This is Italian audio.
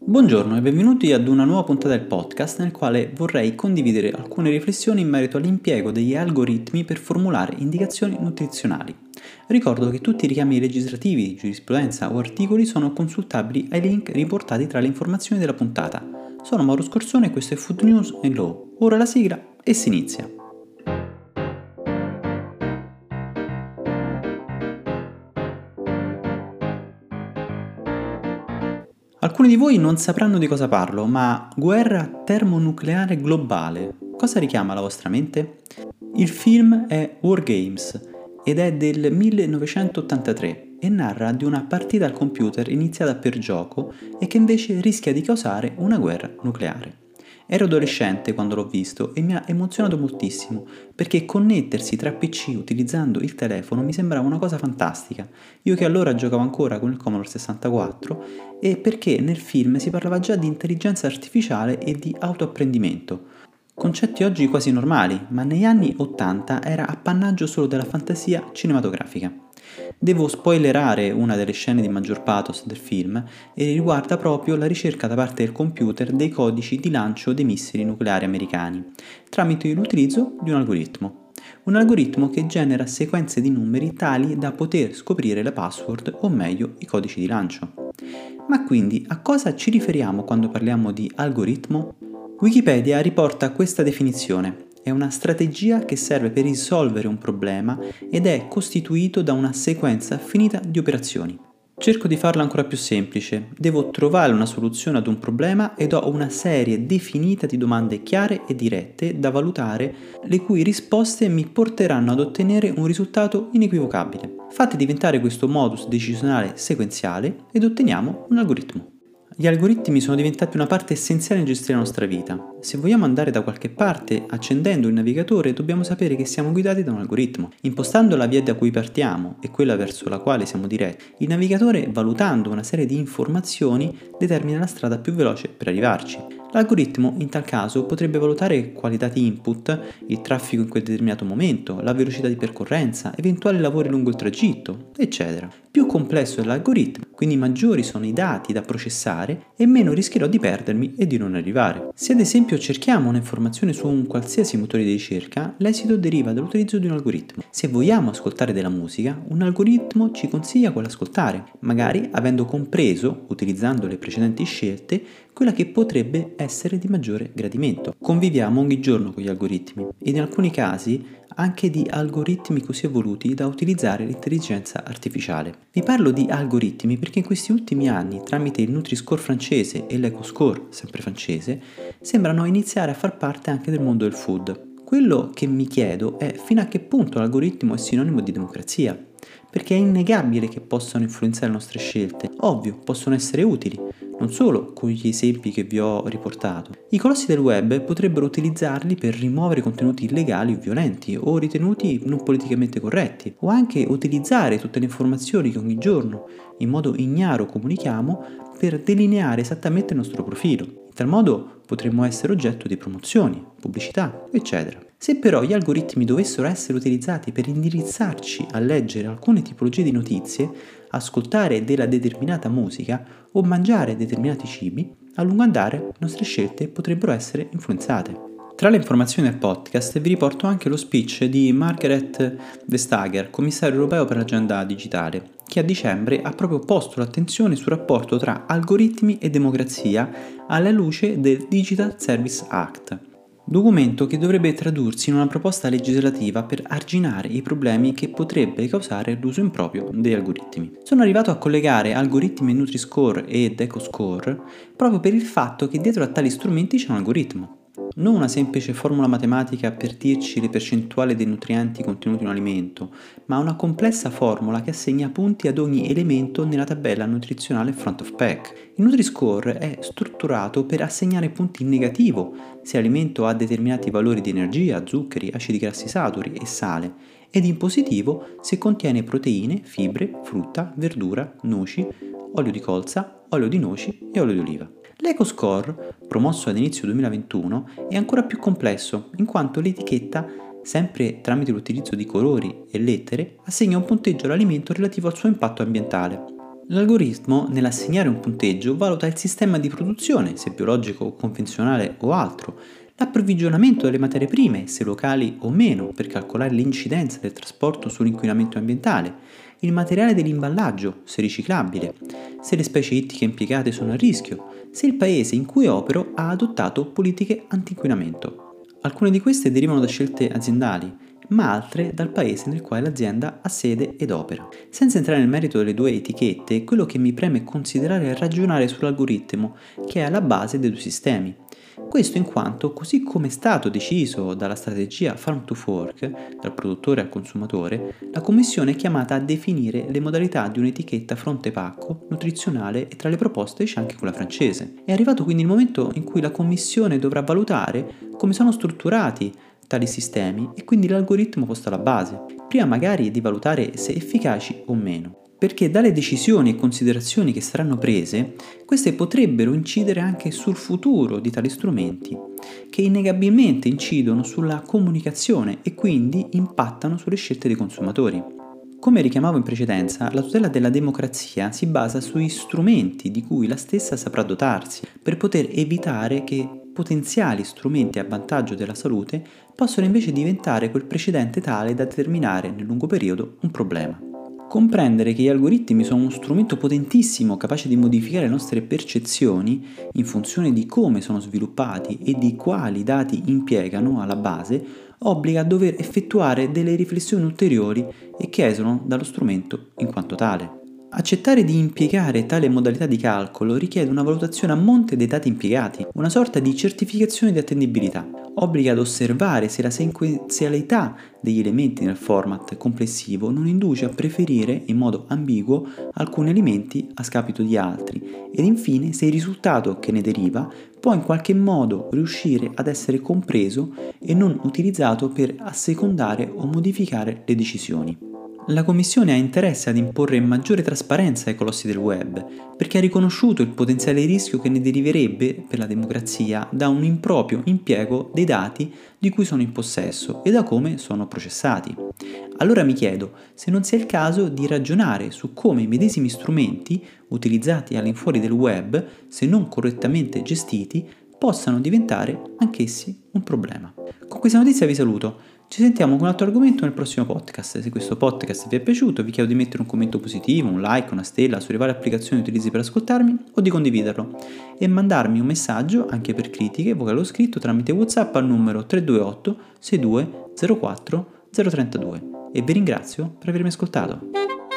Buongiorno e benvenuti ad una nuova puntata del podcast nel quale vorrei condividere alcune riflessioni in merito all'impiego degli algoritmi per formulare indicazioni nutrizionali. Ricordo che tutti i richiami legislativi, giurisprudenza o articoli sono consultabili ai link riportati tra le informazioni della puntata. Sono Mauro Scorsone e questo è Food News and Law. Ora la sigla e si inizia. Alcuni di voi non sapranno di cosa parlo, ma guerra termonucleare globale, cosa richiama la vostra mente? Il film è War Games ed è del 1983 e narra di una partita al computer iniziata per gioco e che invece rischia di causare una guerra nucleare. Ero adolescente quando l'ho visto e mi ha emozionato moltissimo, perché connettersi tra PC utilizzando il telefono mi sembrava una cosa fantastica, io che allora giocavo ancora con il Commodore 64, e perché nel film si parlava già di intelligenza artificiale e di autoapprendimento. Concetti oggi quasi normali, ma negli anni 80 era appannaggio solo della fantasia cinematografica. Devo spoilerare una delle scene di maggior pathos del film e riguarda proprio la ricerca da parte del computer dei codici di lancio dei missili nucleari americani, tramite l'utilizzo di un algoritmo. Un algoritmo che genera sequenze di numeri tali da poter scoprire la password o meglio i codici di lancio. Ma quindi a cosa ci riferiamo quando parliamo di algoritmo? Wikipedia riporta questa definizione. È una strategia che serve per risolvere un problema ed è costituito da una sequenza finita di operazioni. Cerco di farla ancora più semplice. Devo trovare una soluzione ad un problema ed ho una serie definita di domande chiare e dirette da valutare, le cui risposte mi porteranno ad ottenere un risultato inequivocabile. Fate diventare questo modus decisionale sequenziale ed otteniamo un algoritmo. Gli algoritmi sono diventati una parte essenziale in gestire la nostra vita. Se vogliamo andare da qualche parte, accendendo il navigatore, dobbiamo sapere che siamo guidati da un algoritmo. Impostando la via da cui partiamo e quella verso la quale siamo diretti, il navigatore, valutando una serie di informazioni, determina la strada più veloce per arrivarci. L'algoritmo, in tal caso, potrebbe valutare quali dati input, il traffico in quel determinato momento, la velocità di percorrenza, eventuali lavori lungo il tragitto, eccetera. Più complesso è l'algoritmo, quindi maggiori sono i dati da processare e meno rischierò di perdermi e di non arrivare. Se ad esempio cerchiamo un'informazione su un qualsiasi motore di ricerca, l'esito deriva dall'utilizzo di un algoritmo. Se vogliamo ascoltare della musica, un algoritmo ci consiglia quale ascoltare, magari avendo compreso, utilizzando le precedenti scelte, quella che potrebbe essere di maggiore gradimento. Conviviamo ogni giorno con gli algoritmi e in alcuni casi anche di algoritmi così evoluti da utilizzare l'intelligenza artificiale. Vi parlo di algoritmi perché in questi ultimi anni, tramite il Nutri-Score francese e l'Eco-Score, sempre francese, sembrano iniziare a far parte anche del mondo del food. Quello che mi chiedo è fino a che punto l'algoritmo è sinonimo di democrazia, perché è innegabile che possano influenzare le nostre scelte. Ovvio, possono essere utili, non solo con gli esempi che vi ho riportato. I colossi del web potrebbero utilizzarli per rimuovere contenuti illegali o violenti o ritenuti non politicamente corretti, o anche utilizzare tutte le informazioni che ogni giorno in modo ignaro comunichiamo per delineare esattamente il nostro profilo. In tal modo potremmo essere oggetto di promozioni, pubblicità, eccetera. Se però gli algoritmi dovessero essere utilizzati per indirizzarci a leggere alcune tipologie di notizie, ascoltare della determinata musica o mangiare determinati cibi, a lungo andare le nostre scelte potrebbero essere influenzate. Tra le informazioni del podcast vi riporto anche lo speech di Margrethe Vestager, commissario europeo per l'agenda digitale, che a dicembre ha proprio posto l'attenzione sul rapporto tra algoritmi e democrazia alla luce del Digital Service Act, documento che dovrebbe tradursi in una proposta legislativa per arginare i problemi che potrebbe causare l'uso improprio degli algoritmi. Sono arrivato a collegare algoritmi Nutri-Score ed Eco-Score proprio per il fatto che dietro a tali strumenti c'è un algoritmo. Non una semplice formula matematica per dirci le percentuali dei nutrienti contenuti in un alimento, ma una complessa formula che assegna punti ad ogni elemento nella tabella nutrizionale front of pack. Il Nutri-Score è strutturato per assegnare punti in negativo se l'alimento ha determinati valori di energia, zuccheri, acidi grassi saturi e sale, ed in positivo se contiene proteine, fibre, frutta, verdura, noci, olio di colza, olio di noci e olio di oliva. L'Eco-Score, promosso ad inizio 2021, è ancora più complesso, in quanto l'etichetta, sempre tramite l'utilizzo di colori e lettere, assegna un punteggio all'alimento relativo al suo impatto ambientale. L'algoritmo, nell'assegnare un punteggio, valuta il sistema di produzione, se biologico o convenzionale o altro, l'approvvigionamento delle materie prime, se locali o meno, per calcolare l'incidenza del trasporto sull'inquinamento ambientale, il materiale dell'imballaggio, se riciclabile, se le specie ittiche impiegate sono a rischio, se il paese in cui opero ha adottato politiche anti-inquinamento. Alcune di queste derivano da scelte aziendali, ma altre dal paese nel quale l'azienda ha sede ed opera. Senza entrare nel merito delle due etichette, quello che mi preme considerare è ragionare sull'algoritmo che è alla base dei due sistemi. Questo in quanto, così come è stato deciso dalla strategia Farm to Fork, dal produttore al consumatore, la Commissione è chiamata a definire le modalità di un'etichetta fronte-pacco, nutrizionale e tra le proposte c'è anche quella francese. È arrivato quindi il momento in cui la Commissione dovrà valutare come sono strutturati tali sistemi e quindi l'algoritmo posto alla base, prima magari di valutare se efficaci o meno. Perché dalle decisioni e considerazioni che saranno prese, queste potrebbero incidere anche sul futuro di tali strumenti, che innegabilmente incidono sulla comunicazione e quindi impattano sulle scelte dei consumatori. Come richiamavo in precedenza, la tutela della democrazia si basa sui strumenti di cui la stessa saprà dotarsi per poter evitare che potenziali strumenti a vantaggio della salute possano invece diventare quel precedente tale da determinare nel lungo periodo un problema. Comprendere che gli algoritmi sono uno strumento potentissimo capace di modificare le nostre percezioni in funzione di come sono sviluppati e di quali dati impiegano alla base obbliga a dover effettuare delle riflessioni ulteriori e che esulano dallo strumento in quanto tale. Accettare di impiegare tale modalità di calcolo richiede una valutazione a monte dei dati impiegati, una sorta di certificazione di attendibilità. Obbliga ad osservare se la sequenzialità degli elementi nel format complessivo non induce a preferire in modo ambiguo alcuni elementi a scapito di altri ed infine se il risultato che ne deriva può in qualche modo riuscire ad essere compreso e non utilizzato per assecondare o modificare le decisioni. La Commissione ha interesse ad imporre maggiore trasparenza ai colossi del web, perché ha riconosciuto il potenziale rischio che ne deriverebbe per la democrazia da un improprio impiego dei dati di cui sono in possesso e da come sono processati. Allora mi chiedo se non sia il caso di ragionare su come i medesimi strumenti, utilizzati all'infuori del web, se non correttamente gestiti, possano diventare anch'essi un problema. Con questa notizia vi saluto. Ci sentiamo con un altro argomento nel prossimo podcast. Se questo podcast vi è piaciuto, vi chiedo di mettere un commento positivo, un like, una stella sulle varie applicazioni che utilizzi per ascoltarmi o di condividerlo e mandarmi un messaggio anche per critiche, vocale o scritto tramite WhatsApp al numero 328 62 04 032 e vi ringrazio per avermi ascoltato.